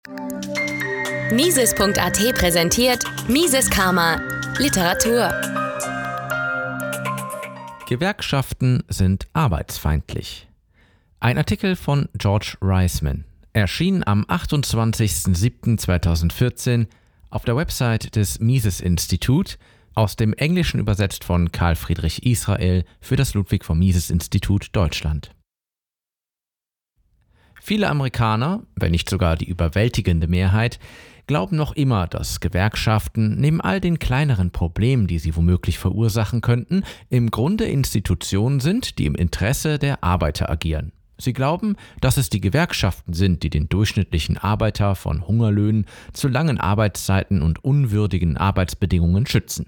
Mises.at präsentiert Mises Karma Literatur. Gewerkschaften sind arbeitsfeindlich. Ein Artikel von George Reisman erschien am 28.07.2014 auf der Website des Mises-Institut, aus dem Englischen übersetzt von Karl Friedrich Israel für das Ludwig von Mises-Institut Deutschland. Viele Amerikaner, wenn nicht sogar die überwältigende Mehrheit, glauben noch immer, dass Gewerkschaften neben all den kleineren Problemen, die sie womöglich verursachen könnten, im Grunde Institutionen sind, die im Interesse der Arbeiter agieren. Sie glauben, dass es die Gewerkschaften sind, die den durchschnittlichen Arbeiter von Hungerlöhnen, zu langen Arbeitszeiten und unwürdigen Arbeitsbedingungen schützen.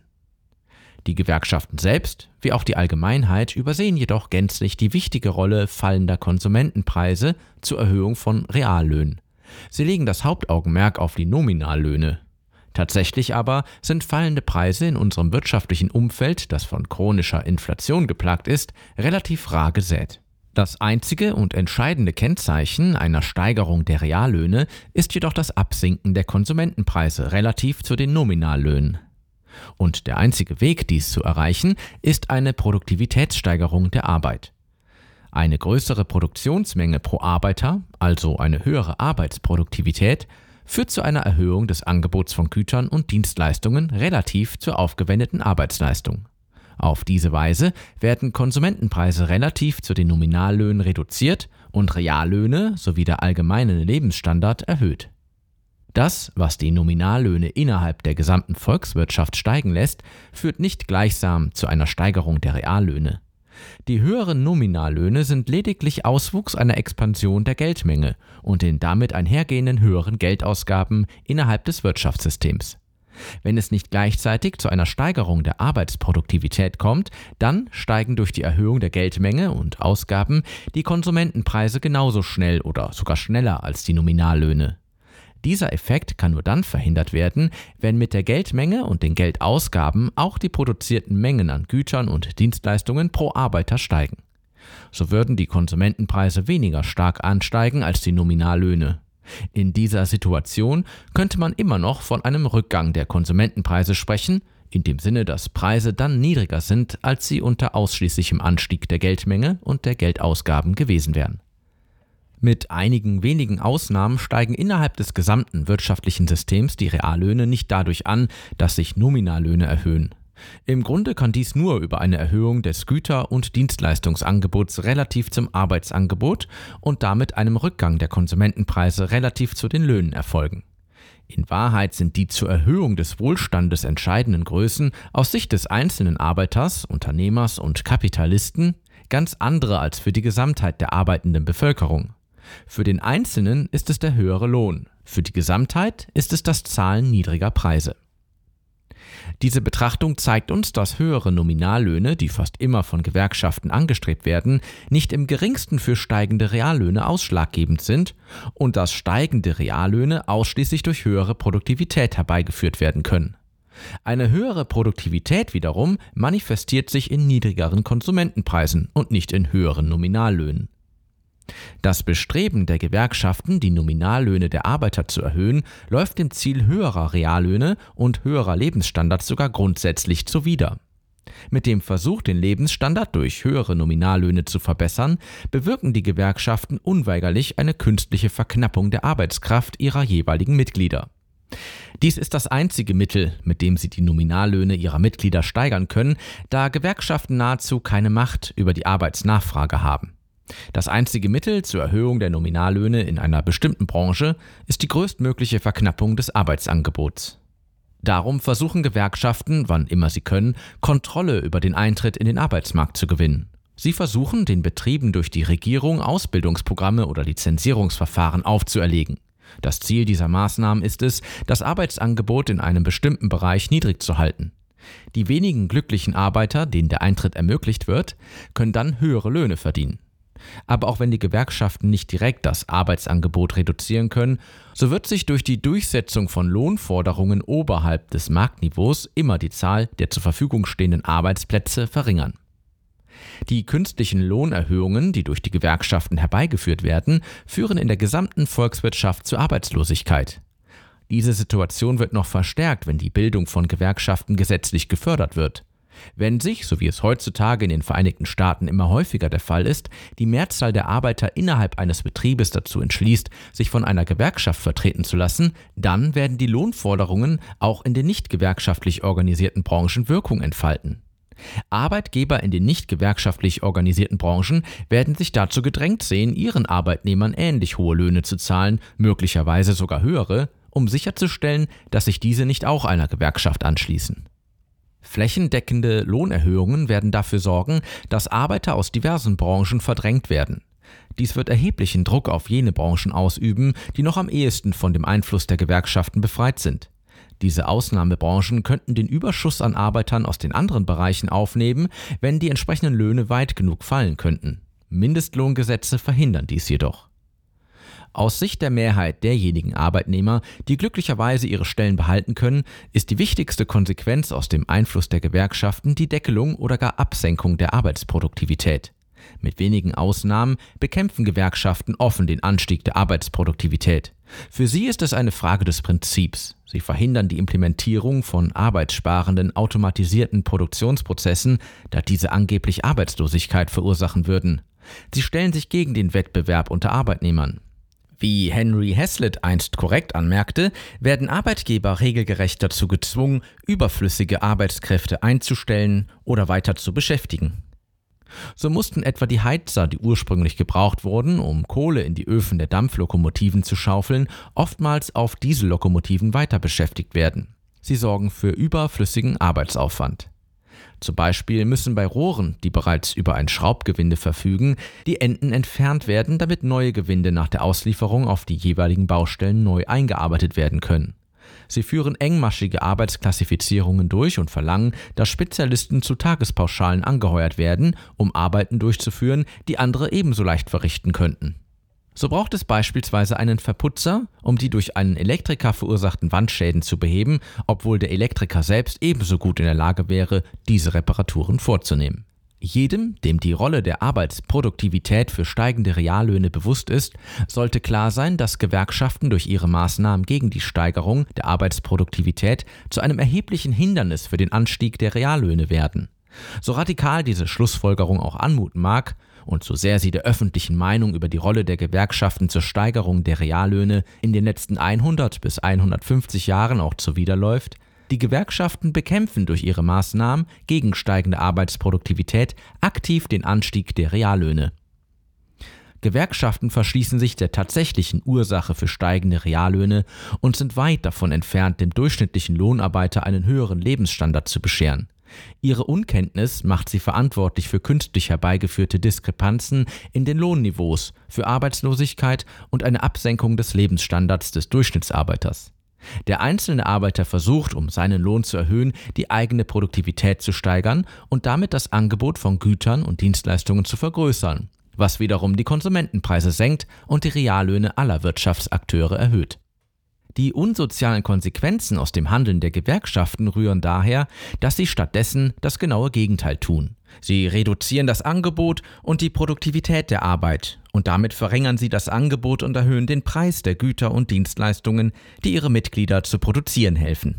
Die Gewerkschaften selbst, wie auch die Allgemeinheit, übersehen jedoch gänzlich die wichtige Rolle fallender Konsumentenpreise zur Erhöhung von Reallöhnen. Sie legen das Hauptaugenmerk auf die Nominallöhne. Tatsächlich aber sind fallende Preise in unserem wirtschaftlichen Umfeld, das von chronischer Inflation geplagt ist, relativ rar gesät. Das einzige und entscheidende Kennzeichen einer Steigerung der Reallöhne ist jedoch das Absinken der Konsumentenpreise relativ zu den Nominallöhnen. Und der einzige Weg, dies zu erreichen, ist eine Produktivitätssteigerung der Arbeit. Eine größere Produktionsmenge pro Arbeiter, also eine höhere Arbeitsproduktivität, führt zu einer Erhöhung des Angebots von Gütern und Dienstleistungen relativ zur aufgewendeten Arbeitsleistung. Auf diese Weise werden Konsumentenpreise relativ zu den Nominallöhnen reduziert und Reallöhne sowie der allgemeine Lebensstandard erhöht. Das, was die Nominallöhne innerhalb der gesamten Volkswirtschaft steigen lässt, führt nicht gleichsam zu einer Steigerung der Reallöhne. Die höheren Nominallöhne sind lediglich Auswuchs einer Expansion der Geldmenge und den damit einhergehenden höheren Geldausgaben innerhalb des Wirtschaftssystems. Wenn es nicht gleichzeitig zu einer Steigerung der Arbeitsproduktivität kommt, dann steigen durch die Erhöhung der Geldmenge und Ausgaben die Konsumentenpreise genauso schnell oder sogar schneller als die Nominallöhne. Dieser Effekt kann nur dann verhindert werden, wenn mit der Geldmenge und den Geldausgaben auch die produzierten Mengen an Gütern und Dienstleistungen pro Arbeiter steigen. So würden die Konsumentenpreise weniger stark ansteigen als die Nominallöhne. In dieser Situation könnte man immer noch von einem Rückgang der Konsumentenpreise sprechen, in dem Sinne, dass Preise dann niedriger sind, als sie unter ausschließlichem Anstieg der Geldmenge und der Geldausgaben gewesen wären. Mit einigen wenigen Ausnahmen steigen innerhalb des gesamten wirtschaftlichen Systems die Reallöhne nicht dadurch an, dass sich Nominallöhne erhöhen. Im Grunde kann dies nur über eine Erhöhung des Güter- und Dienstleistungsangebots relativ zum Arbeitsangebot und damit einem Rückgang der Konsumentenpreise relativ zu den Löhnen erfolgen. In Wahrheit sind die zur Erhöhung des Wohlstandes entscheidenden Größen aus Sicht des einzelnen Arbeiters, Unternehmers und Kapitalisten ganz andere als für die Gesamtheit der arbeitenden Bevölkerung. Für den Einzelnen ist es der höhere Lohn, für die Gesamtheit ist es das Zahlen niedriger Preise. Diese Betrachtung zeigt uns, dass höhere Nominallöhne, die fast immer von Gewerkschaften angestrebt werden, nicht im geringsten für steigende Reallöhne ausschlaggebend sind und dass steigende Reallöhne ausschließlich durch höhere Produktivität herbeigeführt werden können. Eine höhere Produktivität wiederum manifestiert sich in niedrigeren Konsumentenpreisen und nicht in höheren Nominallöhnen. Das Bestreben der Gewerkschaften, die Nominallöhne der Arbeiter zu erhöhen, läuft dem Ziel höherer Reallöhne und höherer Lebensstandards sogar grundsätzlich zuwider. Mit dem Versuch, den Lebensstandard durch höhere Nominallöhne zu verbessern, bewirken die Gewerkschaften unweigerlich eine künstliche Verknappung der Arbeitskraft ihrer jeweiligen Mitglieder. Dies ist das einzige Mittel, mit dem sie die Nominallöhne ihrer Mitglieder steigern können, da Gewerkschaften nahezu keine Macht über die Arbeitsnachfrage haben. Das einzige Mittel zur Erhöhung der Nominallöhne in einer bestimmten Branche ist die größtmögliche Verknappung des Arbeitsangebots. Darum versuchen Gewerkschaften, wann immer sie können, Kontrolle über den Eintritt in den Arbeitsmarkt zu gewinnen. Sie versuchen, den Betrieben durch die Regierung Ausbildungsprogramme oder Lizenzierungsverfahren aufzuerlegen. Das Ziel dieser Maßnahmen ist es, das Arbeitsangebot in einem bestimmten Bereich niedrig zu halten. Die wenigen glücklichen Arbeiter, denen der Eintritt ermöglicht wird, können dann höhere Löhne verdienen. Aber auch wenn die Gewerkschaften nicht direkt das Arbeitsangebot reduzieren können, so wird sich durch die Durchsetzung von Lohnforderungen oberhalb des Marktniveaus immer die Zahl der zur Verfügung stehenden Arbeitsplätze verringern. Die künstlichen Lohnerhöhungen, die durch die Gewerkschaften herbeigeführt werden, führen in der gesamten Volkswirtschaft zu Arbeitslosigkeit. Diese Situation wird noch verstärkt, wenn die Bildung von Gewerkschaften gesetzlich gefördert wird. Wenn sich, so wie es heutzutage in den Vereinigten Staaten immer häufiger der Fall ist, die Mehrzahl der Arbeiter innerhalb eines Betriebes dazu entschließt, sich von einer Gewerkschaft vertreten zu lassen, dann werden die Lohnforderungen auch in den nicht gewerkschaftlich organisierten Branchen Wirkung entfalten. Arbeitgeber in den nicht gewerkschaftlich organisierten Branchen werden sich dazu gedrängt sehen, ihren Arbeitnehmern ähnlich hohe Löhne zu zahlen, möglicherweise sogar höhere, um sicherzustellen, dass sich diese nicht auch einer Gewerkschaft anschließen. Flächendeckende Lohnerhöhungen werden dafür sorgen, dass Arbeiter aus diversen Branchen verdrängt werden. Dies wird erheblichen Druck auf jene Branchen ausüben, die noch am ehesten von dem Einfluss der Gewerkschaften befreit sind. Diese Ausnahmebranchen könnten den Überschuss an Arbeitern aus den anderen Bereichen aufnehmen, wenn die entsprechenden Löhne weit genug fallen könnten. Mindestlohngesetze verhindern dies jedoch. Aus Sicht der Mehrheit derjenigen Arbeitnehmer, die glücklicherweise ihre Stellen behalten können, ist die wichtigste Konsequenz aus dem Einfluss der Gewerkschaften die Deckelung oder gar Absenkung der Arbeitsproduktivität. Mit wenigen Ausnahmen bekämpfen Gewerkschaften offen den Anstieg der Arbeitsproduktivität. Für sie ist es eine Frage des Prinzips. Sie verhindern die Implementierung von arbeitssparenden, automatisierten Produktionsprozessen, da diese angeblich Arbeitslosigkeit verursachen würden. Sie stellen sich gegen den Wettbewerb unter Arbeitnehmern. Wie Henry Hazlitt einst korrekt anmerkte, werden Arbeitgeber regelgerecht dazu gezwungen, überflüssige Arbeitskräfte einzustellen oder weiter zu beschäftigen. So mussten etwa die Heizer, die ursprünglich gebraucht wurden, um Kohle in die Öfen der Dampflokomotiven zu schaufeln, oftmals auf Diesellokomotiven weiter beschäftigt werden. Sie sorgen für überflüssigen Arbeitsaufwand. Zum Beispiel müssen bei Rohren, die bereits über ein Schraubgewinde verfügen, die Enden entfernt werden, damit neue Gewinde nach der Auslieferung auf die jeweiligen Baustellen neu eingearbeitet werden können. Sie führen engmaschige Arbeitsklassifizierungen durch und verlangen, dass Spezialisten zu Tagespauschalen angeheuert werden, um Arbeiten durchzuführen, die andere ebenso leicht verrichten könnten. So braucht es beispielsweise einen Verputzer, um die durch einen Elektriker verursachten Wandschäden zu beheben, obwohl der Elektriker selbst ebenso gut in der Lage wäre, diese Reparaturen vorzunehmen. Jedem, dem die Rolle der Arbeitsproduktivität für steigende Reallöhne bewusst ist, sollte klar sein, dass Gewerkschaften durch ihre Maßnahmen gegen die Steigerung der Arbeitsproduktivität zu einem erheblichen Hindernis für den Anstieg der Reallöhne werden. So radikal diese Schlussfolgerung auch anmuten mag, und so sehr sie der öffentlichen Meinung über die Rolle der Gewerkschaften zur Steigerung der Reallöhne in den letzten 100 bis 150 Jahren auch zuwiderläuft, die Gewerkschaften bekämpfen durch ihre Maßnahmen gegen steigende Arbeitsproduktivität aktiv den Anstieg der Reallöhne. Gewerkschaften verschließen sich der tatsächlichen Ursache für steigende Reallöhne und sind weit davon entfernt, dem durchschnittlichen Lohnarbeiter einen höheren Lebensstandard zu bescheren. Ihre Unkenntnis macht sie verantwortlich für künstlich herbeigeführte Diskrepanzen in den Lohnniveaus, für Arbeitslosigkeit und eine Absenkung des Lebensstandards des Durchschnittsarbeiters. Der einzelne Arbeiter versucht, um seinen Lohn zu erhöhen, die eigene Produktivität zu steigern und damit das Angebot von Gütern und Dienstleistungen zu vergrößern, was wiederum die Konsumentenpreise senkt und die Reallöhne aller Wirtschaftsakteure erhöht. Die unsozialen Konsequenzen aus dem Handeln der Gewerkschaften rühren daher, dass sie stattdessen das genaue Gegenteil tun. Sie reduzieren das Angebot und die Produktivität der Arbeit und damit verringern sie das Angebot und erhöhen den Preis der Güter und Dienstleistungen, die ihre Mitglieder zu produzieren helfen.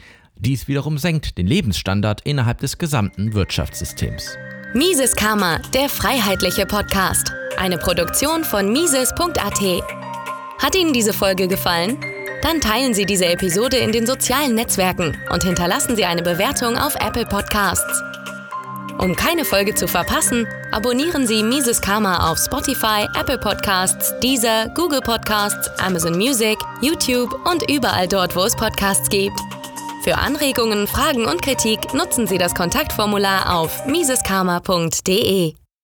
Dies wiederum senkt den Lebensstandard innerhalb des gesamten Wirtschaftssystems. Mises Karma, der freiheitliche Podcast. Eine Produktion von Mises.at. Hat Ihnen diese Folge gefallen? Dann teilen Sie diese Episode in den sozialen Netzwerken und hinterlassen Sie eine Bewertung auf Apple Podcasts. Um keine Folge zu verpassen, abonnieren Sie Mises Karma auf Spotify, Apple Podcasts, Deezer, Google Podcasts, Amazon Music, YouTube und überall dort, wo es Podcasts gibt. Für Anregungen, Fragen und Kritik nutzen Sie das Kontaktformular auf miseskarma.de.